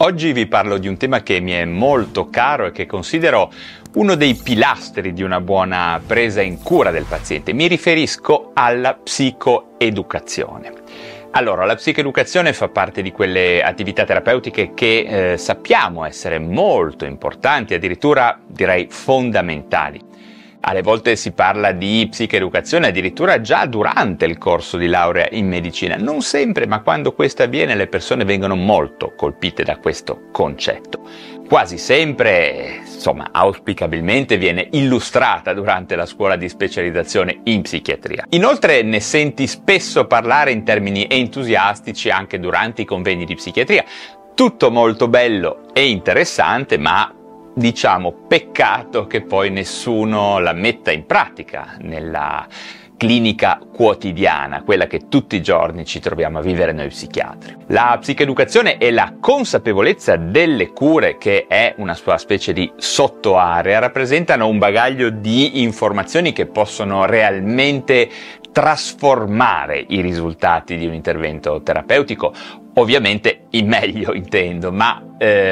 Oggi vi parlo di un tema che mi è molto caro e che considero uno dei pilastri di una buona presa in cura del paziente. Mi riferisco alla psicoeducazione. Allora, la psicoeducazione fa parte di quelle attività terapeutiche che sappiamo essere molto importanti, addirittura direi fondamentali. Alle volte si parla di psicoeducazione addirittura già durante il corso di laurea in medicina. Non sempre, ma quando questo avviene le persone vengono molto colpite da questo concetto. Quasi sempre, auspicabilmente viene illustrata durante la scuola di specializzazione in psichiatria. Inoltre ne senti spesso parlare in termini entusiastici anche durante i convegni di psichiatria. Tutto molto bello e interessante, ma peccato che poi nessuno la metta in pratica nella clinica quotidiana, quella che tutti i giorni ci troviamo a vivere noi psichiatri. La psicoeducazione e la consapevolezza delle cure, che è una sua specie di sottoarea, rappresentano un bagaglio di informazioni che possono realmente trasformare i risultati di un intervento terapeutico, ovviamente in meglio intendo, ma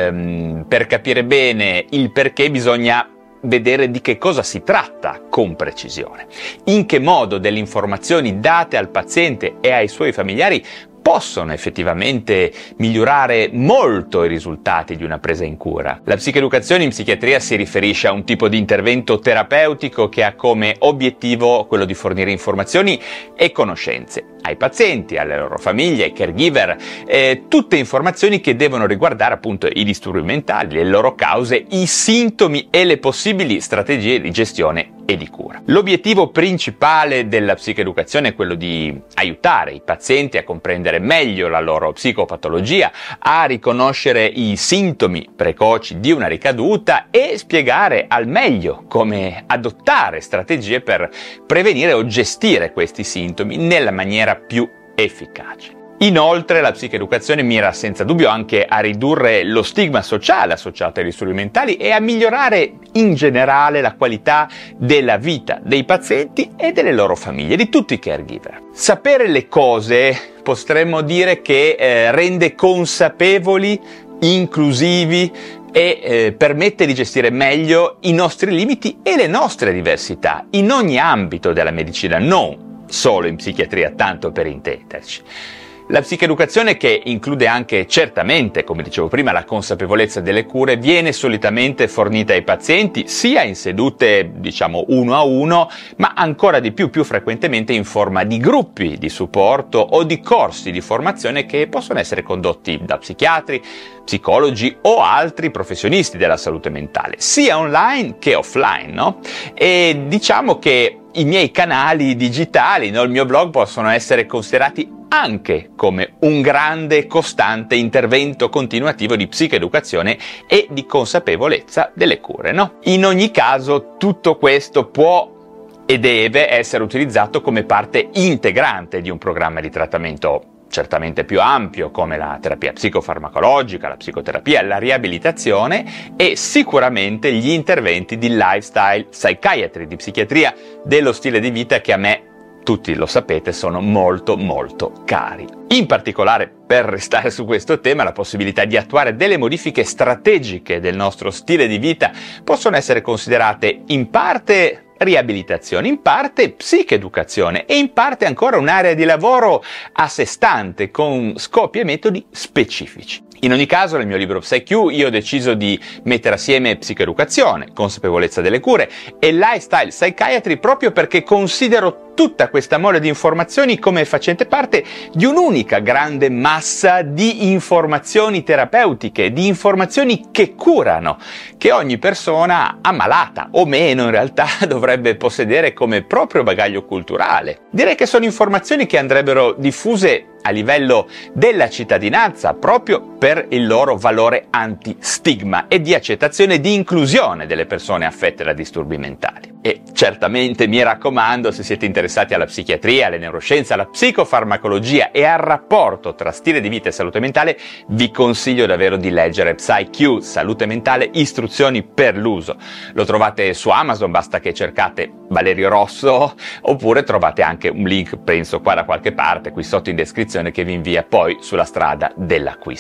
per capire bene il perché bisogna vedere di che cosa si tratta con precisione, in che modo delle informazioni date al paziente e ai suoi familiari possono effettivamente migliorare molto i risultati di una presa in cura. La psicoeducazione in psichiatria si riferisce a un tipo di intervento terapeutico che ha come obiettivo quello di fornire informazioni e conoscenze ai pazienti, alle loro famiglie, ai caregiver, tutte informazioni che devono riguardare appunto i disturbi mentali, le loro cause, i sintomi e le possibili strategie di gestione e di cura. L'obiettivo principale della psicoeducazione è quello di aiutare i pazienti a comprendere meglio la loro psicopatologia, a riconoscere i sintomi precoci di una ricaduta e spiegare al meglio come adottare strategie per prevenire o gestire questi sintomi nella maniera più efficace. Inoltre la psicoeducazione mira senza dubbio anche a ridurre lo stigma sociale associato ai disturbi mentali e a migliorare in generale la qualità della vita dei pazienti e delle loro famiglie, di tutti i caregiver. Sapere le cose potremmo dire che rende consapevoli, inclusivi e permette di gestire meglio i nostri limiti e le nostre diversità in ogni ambito della medicina, non solo in psichiatria, tanto per intenderci. La psicoeducazione, che include anche certamente, come dicevo prima, la consapevolezza delle cure, viene solitamente fornita ai pazienti sia in sedute, uno a uno, ma ancora di più frequentemente in forma di gruppi di supporto o di corsi di formazione che possono essere condotti da psichiatri, psicologi o altri professionisti della salute mentale, sia online che offline, no? E diciamo che i miei canali digitali, il mio blog, possono essere considerati anche come un grande e costante intervento continuativo di psicoeducazione e di consapevolezza delle cure, no? In ogni caso, tutto questo può e deve essere utilizzato come parte integrante di un programma di trattamento certamente più ampio, come la terapia psicofarmacologica, la psicoterapia, la riabilitazione e sicuramente gli interventi di lifestyle psychiatry, di psichiatria dello stile di vita, che a me, tutti lo sapete, sono molto cari. In particolare, per restare su questo tema, la possibilità di attuare delle modifiche strategiche del nostro stile di vita possono essere considerate in parte riabilitazione, in parte psicoeducazione e in parte ancora un'area di lavoro a sé stante con scopi e metodi specifici. In ogni caso, nel mio libro PsyQ io ho deciso di mettere assieme psicoeducazione, consapevolezza delle cure e lifestyle psychiatry proprio perché considero tutta questa mole di informazioni come facente parte di un'unica grande massa di informazioni terapeutiche, di informazioni che curano, che ogni persona ammalata o meno in realtà dovrebbe possedere come proprio bagaglio culturale. Direi che sono informazioni che andrebbero diffuse a livello della cittadinanza proprio per il loro valore anti-stigma e di accettazione e di inclusione delle persone affette da disturbi mentali. E certamente mi raccomando, se siete interessati alla psichiatria, alle neuroscienze, alla psicofarmacologia e al rapporto tra stile di vita e salute mentale, vi consiglio davvero di leggere PsyQ, Salute Mentale, istruzioni per l'uso. Lo trovate su Amazon, basta che cercate Valerio Rosso, oppure trovate anche un link, penso qua da qualche parte, qui sotto in descrizione, che vi invia poi sulla strada dell'acquisto.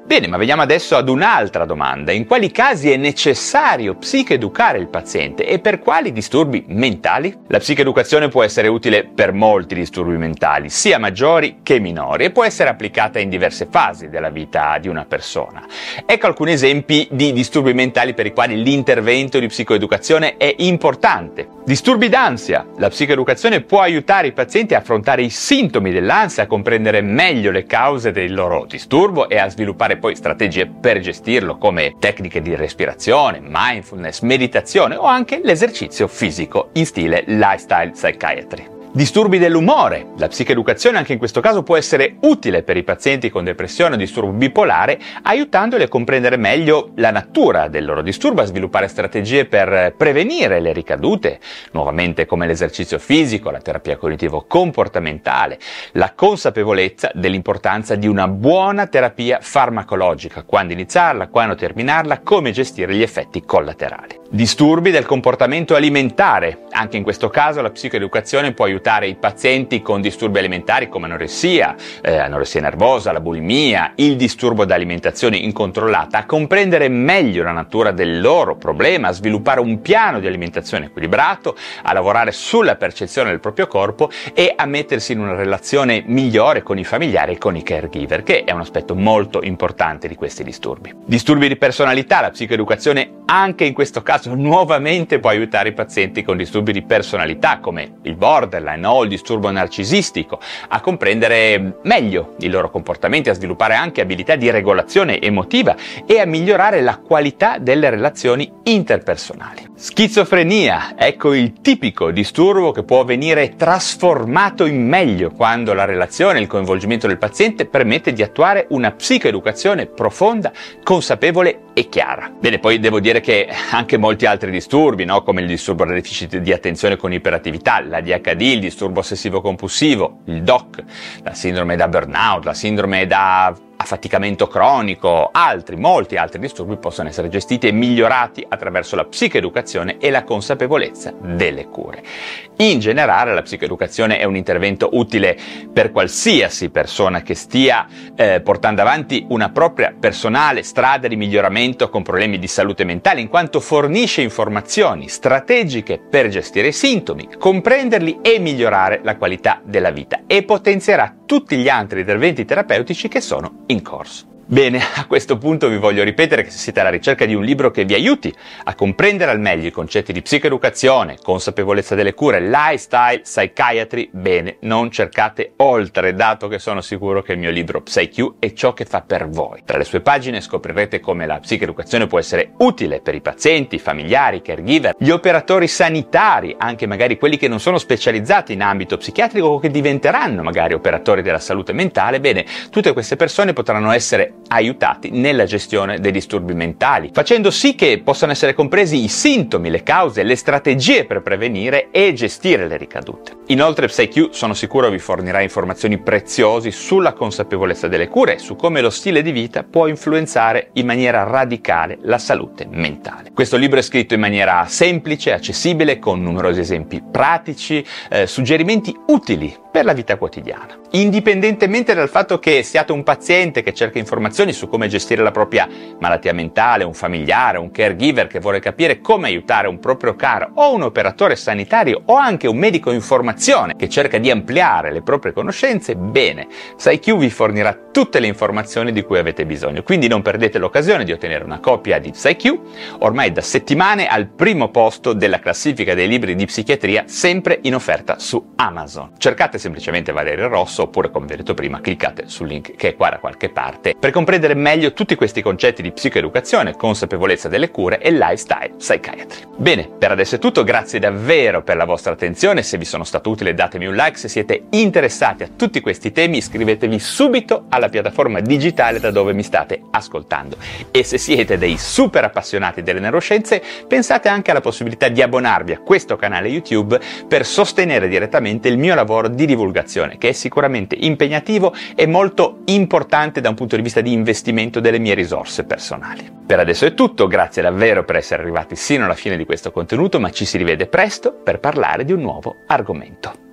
Bene, ma veniamo adesso ad un'altra domanda. In quali casi è necessario psicoeducare il paziente e per quali disturbi mentali? La psicoeducazione può essere utile per molti disturbi mentali, sia maggiori che minori, e può essere applicata in diverse fasi della vita di una persona. Ecco alcuni esempi di disturbi mentali per i quali l'intervento di psicoeducazione è importante. Disturbi d'ansia. La psicoeducazione può aiutare i pazienti a affrontare i sintomi dell'ansia, a comprendere meglio le cause del loro disturbo e a sviluppare poi strategie per gestirlo, come tecniche di respirazione, mindfulness, meditazione o anche l'esercizio fisico in stile lifestyle psychiatry. Disturbi dell'umore. La psicoeducazione anche in questo caso può essere utile per i pazienti con depressione o disturbo bipolare, aiutandoli a comprendere meglio la natura del loro disturbo, a sviluppare strategie per prevenire le ricadute, nuovamente come l'esercizio fisico, la terapia cognitivo-comportamentale, la consapevolezza dell'importanza di una buona terapia farmacologica, quando iniziarla, quando terminarla, come gestire gli effetti collaterali. Disturbi del comportamento alimentare. Anche in questo caso la psicoeducazione può aiutare i pazienti con disturbi alimentari come anoressia nervosa, la bulimia, il disturbo da alimentazione incontrollata, a comprendere meglio la natura del loro problema, a sviluppare un piano di alimentazione equilibrato, a lavorare sulla percezione del proprio corpo e a mettersi in una relazione migliore con i familiari e con i caregiver, che è un aspetto molto importante di questi disturbi. Disturbi di personalità. La psicoeducazione anche in questo caso nuovamente può aiutare i pazienti con disturbi di personalità come il borderline o il disturbo narcisistico a comprendere meglio i loro comportamenti, a sviluppare anche abilità di regolazione emotiva e a migliorare la qualità delle relazioni interpersonali. Schizofrenia, ecco il tipico disturbo che può venire trasformato in meglio quando la relazione e il coinvolgimento del paziente permette di attuare una psicoeducazione profonda, consapevole e chiara. Bene, poi devo dire che anche molti altri disturbi, come il disturbo da deficit di attenzione con iperattività, l'ADHD, il disturbo ossessivo-compulsivo, il DOC, la sindrome da burnout, la sindrome da affaticamento cronico, molti altri disturbi possono essere gestiti e migliorati attraverso la psicoeducazione e la consapevolezza delle cure. In generale la psicoeducazione è un intervento utile per qualsiasi persona che stia portando avanti una propria personale strada di miglioramento con problemi di salute mentale, in quanto fornisce informazioni strategiche per gestire i sintomi, comprenderli e migliorare la qualità della vita, e potenzierà tutti gli altri interventi terapeutici che sono in corso. Bene, a questo punto vi voglio ripetere che se siete alla ricerca di un libro che vi aiuti a comprendere al meglio i concetti di psicoeducazione, consapevolezza delle cure, lifestyle, psychiatry, bene, non cercate oltre, dato che sono sicuro che il mio libro PsyQ è ciò che fa per voi. Tra le sue pagine scoprirete come la psicoeducazione può essere utile per i pazienti, i familiari, i caregiver, gli operatori sanitari, anche magari quelli che non sono specializzati in ambito psichiatrico o che diventeranno magari operatori della salute mentale. Bene, tutte queste persone potranno essere aiutati nella gestione dei disturbi mentali, facendo sì che possano essere compresi i sintomi, le cause, le strategie per prevenire e gestire le ricadute. Inoltre PsyQ sono sicuro vi fornirà informazioni preziose sulla consapevolezza delle cure e su come lo stile di vita può influenzare in maniera radicale la salute mentale. Questo libro è scritto in maniera semplice, accessibile, con numerosi esempi pratici, suggerimenti utili per la vita quotidiana. Indipendentemente dal fatto che siate un paziente che cerca informazioni su come gestire la propria malattia mentale, un familiare, un caregiver che vuole capire come aiutare un proprio caro, o un operatore sanitario o anche un medico in formazione che cerca di ampliare le proprie conoscenze, bene, PsyQ vi fornirà tutte le informazioni di cui avete bisogno, quindi non perdete l'occasione di ottenere una copia di PsyQ, ormai da settimane al primo posto della classifica dei libri di psichiatria, sempre in offerta su Amazon. Cercate semplicemente Valerio Rosso, oppure, come vi ho detto prima, cliccate sul link che è qua da qualche parte per comprendere meglio tutti questi concetti di psicoeducazione, consapevolezza delle cure e lifestyle psychiatry. Bene, per adesso è tutto, grazie davvero per la vostra attenzione. Se vi sono stato utile datemi un like, se siete interessati a tutti questi temi iscrivetevi subito alla piattaforma digitale da dove mi state ascoltando, e se siete dei super appassionati delle neuroscienze pensate anche alla possibilità di abbonarvi a questo canale YouTube per sostenere direttamente il mio lavoro di divulgazione, che è sicuramente impegnativo e molto importante da un punto di vista di investimento delle mie risorse personali. Per adesso è tutto, grazie davvero per essere arrivati sino alla fine di questo contenuto, ma ci si rivede presto per parlare di un nuovo argomento.